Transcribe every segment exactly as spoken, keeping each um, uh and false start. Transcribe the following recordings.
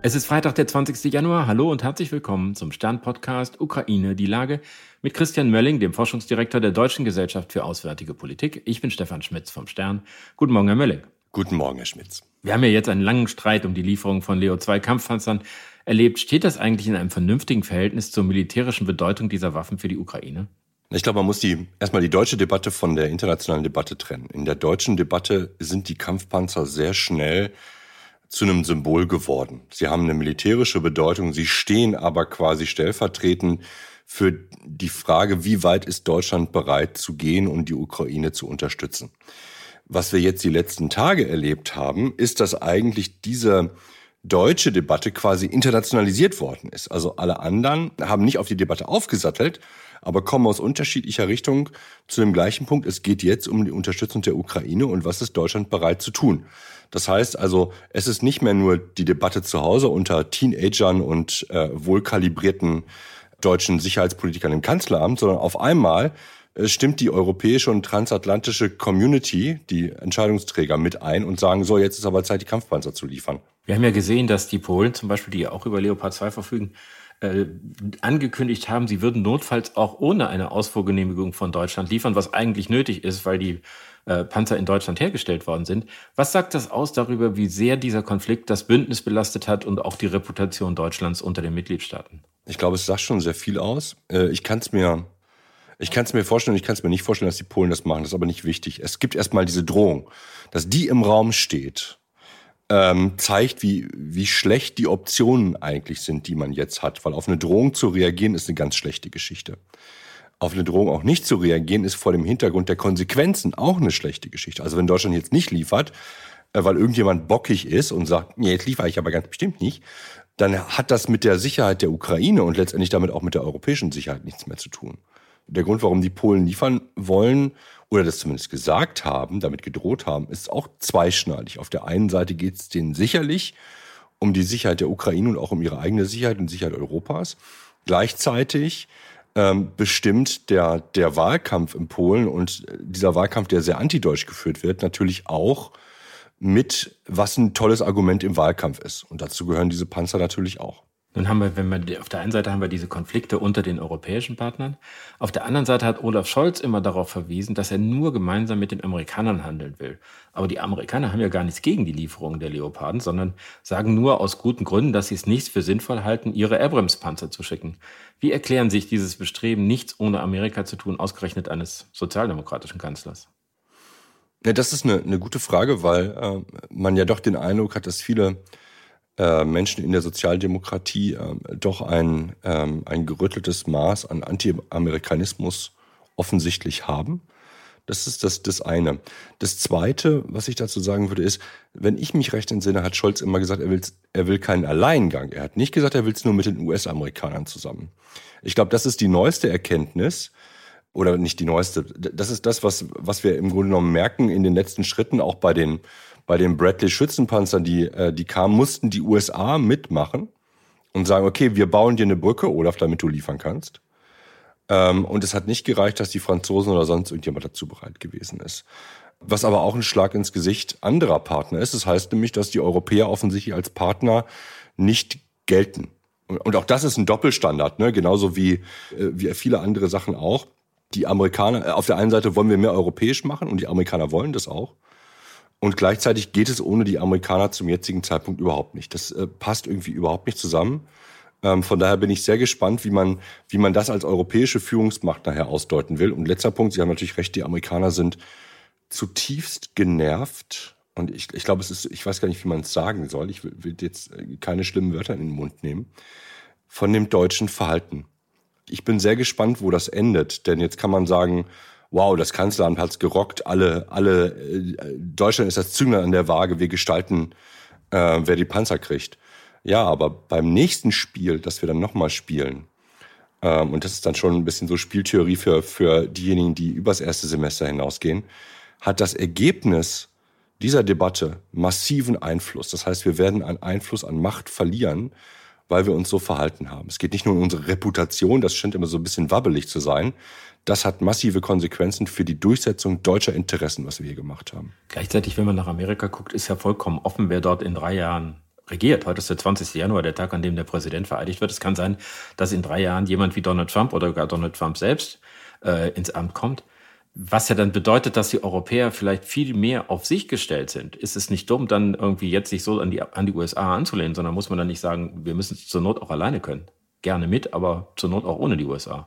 Es ist Freitag, der zwanzigster Januar. Hallo und herzlich willkommen zum Stern-Podcast Ukraine, die Lage mit Christian Mölling, dem Forschungsdirektor der Deutschen Gesellschaft für Auswärtige Politik. Ich bin Stefan Schmitz vom Stern. Guten Morgen, Herr Mölling. Guten Morgen, Herr Schmitz. Wir haben ja jetzt einen langen Streit um die Lieferung von Leopard zwei Kampfpanzern erlebt. Steht das eigentlich in einem vernünftigen Verhältnis zur militärischen Bedeutung dieser Waffen für die Ukraine? Ich glaube, man muss die, erstmal die deutsche Debatte von der internationalen Debatte trennen. In der deutschen Debatte sind die Kampfpanzer sehr schnell zu einem Symbol geworden. Sie haben eine militärische Bedeutung, sie stehen aber quasi stellvertretend für die Frage, wie weit ist Deutschland bereit zu gehen, um die Ukraine zu unterstützen. Was wir jetzt die letzten Tage erlebt haben, ist, dass eigentlich diese deutsche Debatte quasi internationalisiert worden ist. Also alle anderen haben nicht auf die Debatte aufgesattelt, aber kommen aus unterschiedlicher Richtung zu dem gleichen Punkt. Es geht jetzt um die Unterstützung der Ukraine und was ist Deutschland bereit zu tun. Das heißt also, es ist nicht mehr nur die Debatte zu Hause unter Teenagern und äh, wohlkalibrierten deutschen Sicherheitspolitikern im Kanzleramt, sondern auf einmal äh, stimmt die europäische und transatlantische Community, die Entscheidungsträger, mit ein und sagen, so, jetzt ist aber Zeit, die Kampfpanzer zu liefern. Wir haben ja gesehen, dass die Polen zum Beispiel, die ja auch über Leopard zwei verfügen, äh, angekündigt haben, sie würden notfalls auch ohne eine Ausfuhrgenehmigung von Deutschland liefern, was eigentlich nötig ist, weil die äh, Panzer in Deutschland hergestellt worden sind. Was sagt das aus darüber, wie sehr dieser Konflikt das Bündnis belastet hat und auch die Reputation Deutschlands unter den Mitgliedstaaten? Ich glaube, es sagt schon sehr viel aus. Äh, ich kann es mir, ich kann es mir vorstellen, ich kann es mir nicht vorstellen, dass die Polen das machen. Das ist aber nicht wichtig. Es gibt erstmal diese Drohung, dass die im Raum steht. Ähm, zeigt, wie, wie schlecht die Optionen eigentlich sind, die man jetzt hat. Weil auf eine Drohung zu reagieren, ist eine ganz schlechte Geschichte. Auf eine Drohung auch nicht zu reagieren, ist vor dem Hintergrund der Konsequenzen auch eine schlechte Geschichte. Also wenn Deutschland jetzt nicht liefert, äh, weil irgendjemand bockig ist und sagt, nee, jetzt liefere ich aber ganz bestimmt nicht, dann hat das mit der Sicherheit der Ukraine und letztendlich damit auch mit der europäischen Sicherheit nichts mehr zu tun. Der Grund, warum die Polen liefern wollen oder das zumindest gesagt haben, damit gedroht haben, ist auch zweischneidig. Auf der einen Seite geht es denen sicherlich um die Sicherheit der Ukraine und auch um ihre eigene Sicherheit und Sicherheit Europas. Gleichzeitig ähm, bestimmt der, der Wahlkampf in Polen und dieser Wahlkampf, der sehr antideutsch geführt wird, natürlich auch mit, was ein tolles Argument im Wahlkampf ist. Und dazu gehören diese Panzer natürlich auch. Nun haben wir, wenn wir, auf der einen Seite haben wir diese Konflikte unter den europäischen Partnern. Auf der anderen Seite hat Olaf Scholz immer darauf verwiesen, dass er nur gemeinsam mit den Amerikanern handeln will. Aber die Amerikaner haben ja gar nichts gegen die Lieferung der Leoparden, sondern sagen nur aus guten Gründen, dass sie es nicht für sinnvoll halten, ihre Abrams-Panzer zu schicken. Wie erklären sich dieses Bestreben, nichts ohne Amerika zu tun, ausgerechnet eines sozialdemokratischen Kanzlers? Ja, das ist eine, eine gute Frage, weil äh, man ja doch den Eindruck hat, dass viele Äh, Menschen in der Sozialdemokratie äh, doch ein, ähm, ein gerütteltes Maß an Anti-Amerikanismus offensichtlich haben. Das ist das, das eine. Das Zweite, was ich dazu sagen würde, ist, wenn ich mich recht entsinne, hat Scholz immer gesagt, er will, er will keinen Alleingang. Er hat nicht gesagt, er will es nur mit den U S-Amerikanern zusammen. Ich glaube, das ist die neueste Erkenntnis, oder nicht die neueste, das ist das, was, was wir im Grunde genommen merken in den letzten Schritten, auch bei den Bei den Bradley-Schützenpanzern, die, die kamen, mussten die U S A mitmachen und sagen, okay, wir bauen dir eine Brücke, Olaf, damit du liefern kannst. Und es hat nicht gereicht, dass die Franzosen oder sonst irgendjemand dazu bereit gewesen ist. Was aber auch ein Schlag ins Gesicht anderer Partner ist. Das heißt nämlich, dass die Europäer offensichtlich als Partner nicht gelten. Und auch das ist ein Doppelstandard, ne? Genauso wie, wie viele andere Sachen auch. Die Amerikaner, auf der einen Seite wollen wir mehr europäisch machen und die Amerikaner wollen das auch. Und gleichzeitig geht es ohne die Amerikaner zum jetzigen Zeitpunkt überhaupt nicht. Das äh, passt irgendwie überhaupt nicht zusammen. Ähm, von daher bin ich sehr gespannt, wie man, wie man das als europäische Führungsmacht nachher ausdeuten will. Und letzter Punkt, Sie haben natürlich recht, die Amerikaner sind zutiefst genervt. Und ich, ich glaube, es ist, ich weiß gar nicht, wie man es sagen soll. Ich will, will jetzt keine schlimmen Wörter in den Mund nehmen. Von dem deutschen Verhalten. Ich bin sehr gespannt, wo das endet. Denn jetzt kann man sagen, wow, das Kanzleramt hat's gerockt, alle, alle, äh, Deutschland ist das Zünglein an der Waage, wir gestalten, äh, wer die Panzer kriegt. Ja, aber beim nächsten Spiel, das wir dann nochmal spielen, ähm, und das ist dann schon ein bisschen so Spieltheorie für, für diejenigen, die übers erste Semester hinausgehen, hat das Ergebnis dieser Debatte massiven Einfluss. Das heißt, wir werden einen Einfluss an Macht verlieren, weil wir uns so verhalten haben. Es geht nicht nur um unsere Reputation, das scheint immer so ein bisschen wabbelig zu sein. Das hat massive Konsequenzen für die Durchsetzung deutscher Interessen, was wir hier gemacht haben. Gleichzeitig, wenn man nach Amerika guckt, ist ja vollkommen offen, wer dort in drei Jahren regiert. Heute ist der zwanzigste Januar, der Tag, an dem der Präsident vereidigt wird. Es kann sein, dass in drei Jahren jemand wie Donald Trump oder gar Donald Trump selbst äh, ins Amt kommt. Was ja dann bedeutet, dass die Europäer vielleicht viel mehr auf sich gestellt sind. Ist es nicht dumm, dann irgendwie jetzt sich so an die, an die U S A anzulehnen, sondern muss man dann nicht sagen, wir müssen es zur Not auch alleine können. Gerne mit, aber zur Not auch ohne die U S A.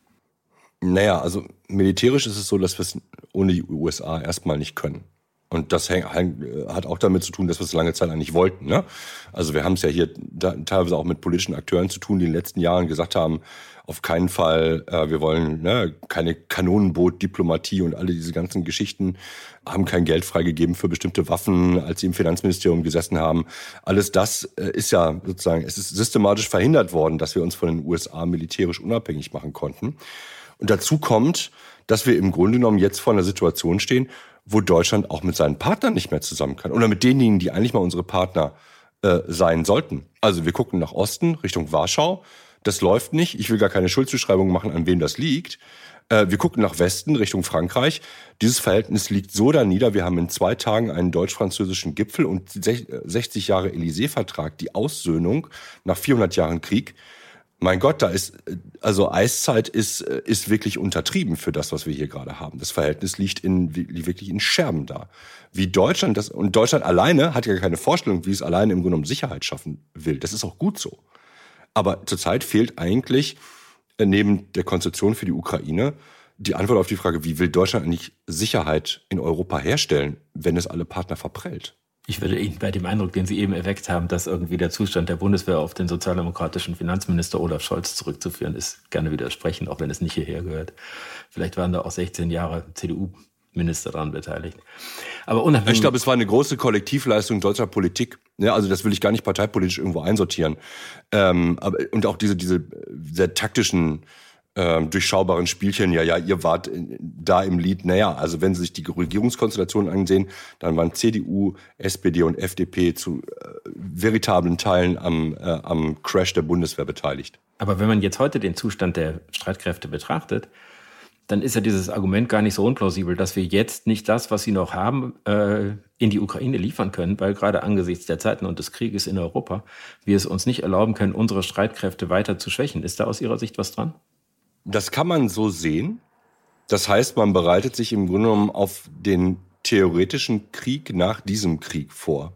Naja, also militärisch ist es so, dass wir es ohne die U S A erstmal nicht können. Und das häng, häng, hat auch damit zu tun, dass wir es lange Zeit eigentlich wollten. Ne? Also wir haben es ja hier da, teilweise auch mit politischen Akteuren zu tun, die in den letzten Jahren gesagt haben, auf keinen Fall, äh, wir wollen ne, keine Kanonenboot-Diplomatie und alle diese ganzen Geschichten, haben kein Geld freigegeben für bestimmte Waffen, als sie im Finanzministerium gesessen haben. Alles das äh, ist ja sozusagen, es ist systematisch verhindert worden, dass wir uns von den U S A militärisch unabhängig machen konnten. Und dazu kommt, dass wir im Grunde genommen jetzt vor einer Situation stehen, wo Deutschland auch mit seinen Partnern nicht mehr zusammen kann. Oder mit denjenigen, die eigentlich mal unsere Partner äh, sein sollten. Also wir gucken nach Osten, Richtung Warschau. Das läuft nicht. Ich will gar keine Schuldzuschreibung machen, an wem das liegt. Äh, wir gucken nach Westen, Richtung Frankreich. Dieses Verhältnis liegt so da nieder. Wir haben in zwei Tagen einen deutsch-französischen Gipfel und sechzig Jahre Élysée-Vertrag, die Aussöhnung nach vierhundert Jahren Krieg. Mein Gott, da ist, also Eiszeit ist, ist wirklich untertrieben für das, was wir hier gerade haben. Das Verhältnis liegt in, wirklich in Scherben da. Wie Deutschland das, und Deutschland alleine hat ja keine Vorstellung, wie es alleine im Grunde genommen Sicherheit schaffen will. Das ist auch gut so. Aber zurzeit fehlt eigentlich, neben der Konzeption für die Ukraine, die Antwort auf die Frage, wie will Deutschland eigentlich Sicherheit in Europa herstellen, wenn es alle Partner verprellt? Ich würde Ihnen bei dem Eindruck, den Sie eben erweckt haben, dass irgendwie der Zustand der Bundeswehr auf den sozialdemokratischen Finanzminister Olaf Scholz zurückzuführen ist, gerne widersprechen, auch wenn es nicht hierher gehört. Vielleicht waren da auch sechzehn Jahre C D U-Minister daran beteiligt. Aber unabhängig. Ich glaube, es war eine große Kollektivleistung deutscher Politik. Ja, also das will ich gar nicht parteipolitisch irgendwo einsortieren. Ähm, aber, und auch diese, diese sehr taktischen, ähm, durchschaubaren Spielchen, ja, ja, ihr wart da im Lied. Naja, also wenn Sie sich die Regierungskonstellationen ansehen, dann waren C D U, S P D und F D P zu äh, veritablen Teilen am, äh, am Crash der Bundeswehr beteiligt. Aber wenn man jetzt heute den Zustand der Streitkräfte betrachtet, dann ist ja dieses Argument gar nicht so unplausibel, dass wir jetzt nicht das, was sie noch haben, äh, in die Ukraine liefern können, weil gerade angesichts der Zeiten und des Krieges in Europa wir es uns nicht erlauben können, unsere Streitkräfte weiter zu schwächen. Ist da aus Ihrer Sicht was dran? Das kann man so sehen. Das heißt, man bereitet sich im Grunde genommen auf den theoretischen Krieg nach diesem Krieg vor.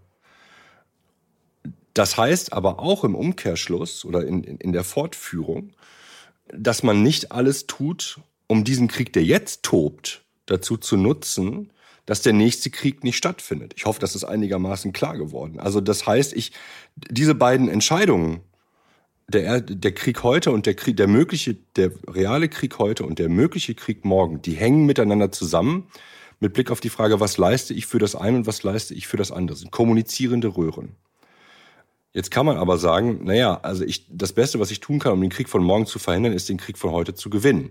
Das heißt aber auch im Umkehrschluss oder in, in der Fortführung, dass man nicht alles tut, um diesen Krieg, der jetzt tobt, dazu zu nutzen, dass der nächste Krieg nicht stattfindet. Ich hoffe, das ist einigermaßen klar geworden. Also das heißt, ich diese beiden Entscheidungen, der, der Krieg heute und der Krieg, der mögliche, der reale Krieg heute und der mögliche Krieg morgen, die hängen miteinander zusammen mit Blick auf die Frage, was leiste ich für das eine und was leiste ich für das andere. Das sind kommunizierende Röhren. Jetzt kann man aber sagen, naja, also ich, das Beste, was ich tun kann, um den Krieg von morgen zu verhindern, ist, den Krieg von heute zu gewinnen.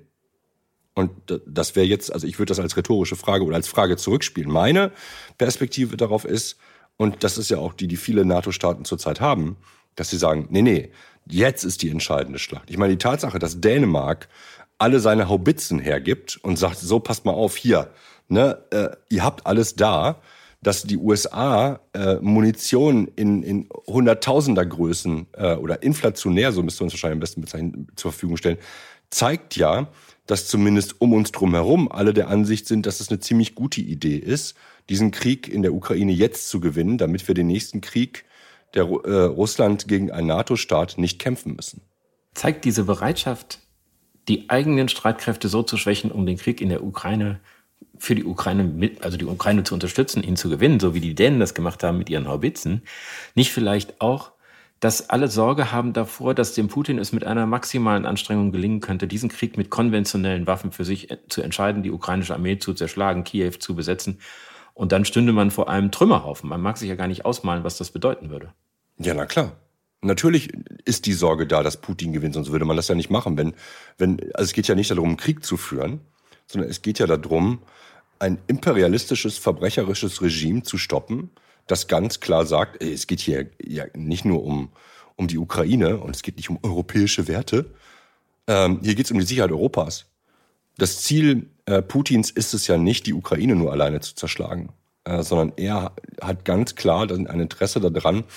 Und das wäre jetzt, also ich würde das als rhetorische Frage oder als Frage zurückspielen. Meine Perspektive darauf ist, und das ist ja auch die, die viele NATO-Staaten zurzeit haben, dass sie sagen, nee, nee, jetzt ist die entscheidende Schlacht. Ich meine, die Tatsache, dass Dänemark alle seine Haubitzen hergibt und sagt, so, passt mal auf, hier, ne, äh, ihr habt alles da, dass die U S A äh, Munition in, in hunderttausender Größen äh, oder inflationär, so müsste man es wahrscheinlich am besten bezeichnen, zur Verfügung stellen, zeigt ja, dass zumindest um uns drum herum alle der Ansicht sind, dass es eine ziemlich gute Idee ist, diesen Krieg in der Ukraine jetzt zu gewinnen, damit wir den nächsten Krieg der äh, Russland gegen einen NATO-Staat nicht kämpfen müssen. Zeigt diese Bereitschaft, die eigenen Streitkräfte so zu schwächen, um den Krieg in der Ukraine für die Ukraine mit, also die Ukraine zu unterstützen, ihn zu gewinnen, so wie die Dänen das gemacht haben mit ihren Haubitzen, nicht vielleicht auch, dass alle Sorge haben davor, dass dem Putin es mit einer maximalen Anstrengung gelingen könnte, diesen Krieg mit konventionellen Waffen für sich zu entscheiden, die ukrainische Armee zu zerschlagen, Kiew zu besetzen. Und dann stünde man vor einem Trümmerhaufen. Man mag sich ja gar nicht ausmalen, was das bedeuten würde. Ja, na klar. Natürlich ist die Sorge da, dass Putin gewinnt, sonst würde man das ja nicht machen. Wenn, wenn, also es geht ja nicht darum, einen Krieg zu führen, sondern es geht ja darum, ein imperialistisches, verbrecherisches Regime zu stoppen, das ganz klar sagt, es geht hier ja nicht nur um, um die Ukraine und es geht nicht um europäische Werte. Ähm, hier geht es um die Sicherheit Europas. Das Ziel äh, Putins ist es ja nicht, die Ukraine nur alleine zu zerschlagen, äh, sondern er hat ganz klar ein Interesse daran,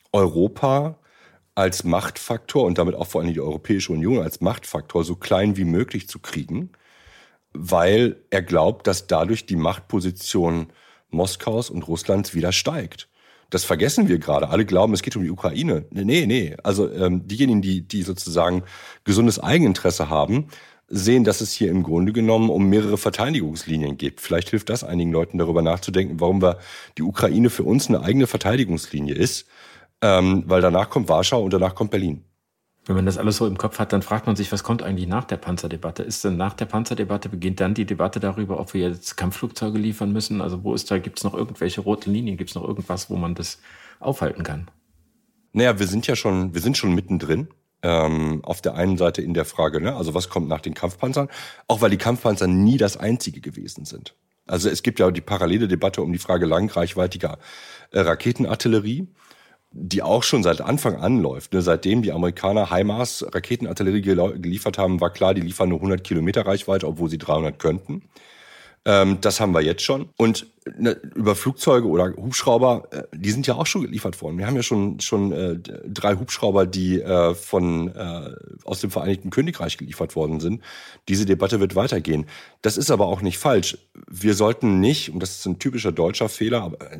Europa als Machtfaktor und damit auch vor allem die Europäische Union als Machtfaktor so klein wie möglich zu kriegen, weil er glaubt, dass dadurch die Machtposition Moskaus und Russlands wieder steigt. Das vergessen wir gerade. Alle glauben, es geht um die Ukraine. Nee, nee. Also ähm, diejenigen, die, die sozusagen gesundes Eigeninteresse haben, sehen, dass es hier im Grunde genommen um mehrere Verteidigungslinien geht. Vielleicht hilft das einigen Leuten darüber nachzudenken, warum wir die Ukraine für uns eine eigene Verteidigungslinie ist. Ähm, weil danach kommt Warschau und danach kommt Berlin. Wenn man das alles so im Kopf hat, dann fragt man sich, was kommt eigentlich nach der Panzerdebatte? Ist denn nach der Panzerdebatte, beginnt dann die Debatte darüber, ob wir jetzt Kampfflugzeuge liefern müssen? Also wo ist da, gibt es noch irgendwelche roten Linien? Gibt es noch irgendwas, wo man das aufhalten kann? Naja, wir sind ja schon, wir sind schon mittendrin. Ähm, auf der einen Seite in der Frage, ne, also was kommt nach den Kampfpanzern? Auch weil die Kampfpanzer nie das einzige gewesen sind. Also es gibt ja die parallele Debatte um die Frage langreichweitiger äh, Raketenartillerie, die auch schon seit Anfang an läuft. Ne? Seitdem die Amerikaner HIMARS Raketenartillerie gel- geliefert haben, war klar, die liefern nur hundert Kilometer Reichweite, obwohl sie dreihundert könnten. Ähm, das haben wir jetzt schon. Und ne, über Flugzeuge oder Hubschrauber, äh, die sind ja auch schon geliefert worden. Wir haben ja schon schon äh, drei Hubschrauber, die äh, von äh, aus dem Vereinigten Königreich geliefert worden sind. Diese Debatte wird weitergehen. Das ist aber auch nicht falsch. Wir sollten nicht, und das ist ein typischer deutscher Fehler, aber äh,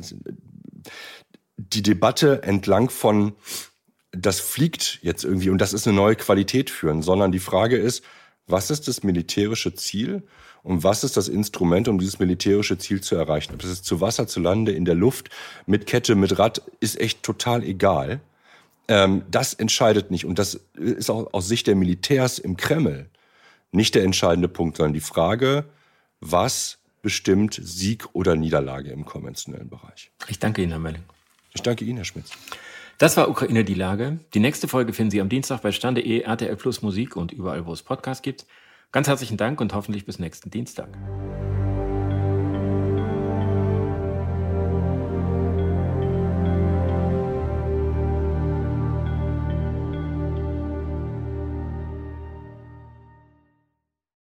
die Debatte entlang von, das fliegt jetzt irgendwie und das ist eine neue Qualität führen, sondern die Frage ist, was ist das militärische Ziel und was ist das Instrument, um dieses militärische Ziel zu erreichen? Ob das ist zu Wasser, zu Lande, in der Luft, mit Kette, mit Rad, ist echt total egal. Ähm, das entscheidet nicht und das ist auch aus Sicht der Militärs im Kreml nicht der entscheidende Punkt, sondern die Frage, was bestimmt Sieg oder Niederlage im konventionellen Bereich? Ich danke Ihnen, Herr Melling. Ich danke Ihnen, Herr Schmitz. Das war Ukraine die Lage. Die nächste Folge finden Sie am Dienstag bei Stern punkt de, R T L Plus Musik und überall, wo es Podcasts gibt. Ganz herzlichen Dank und hoffentlich bis nächsten Dienstag.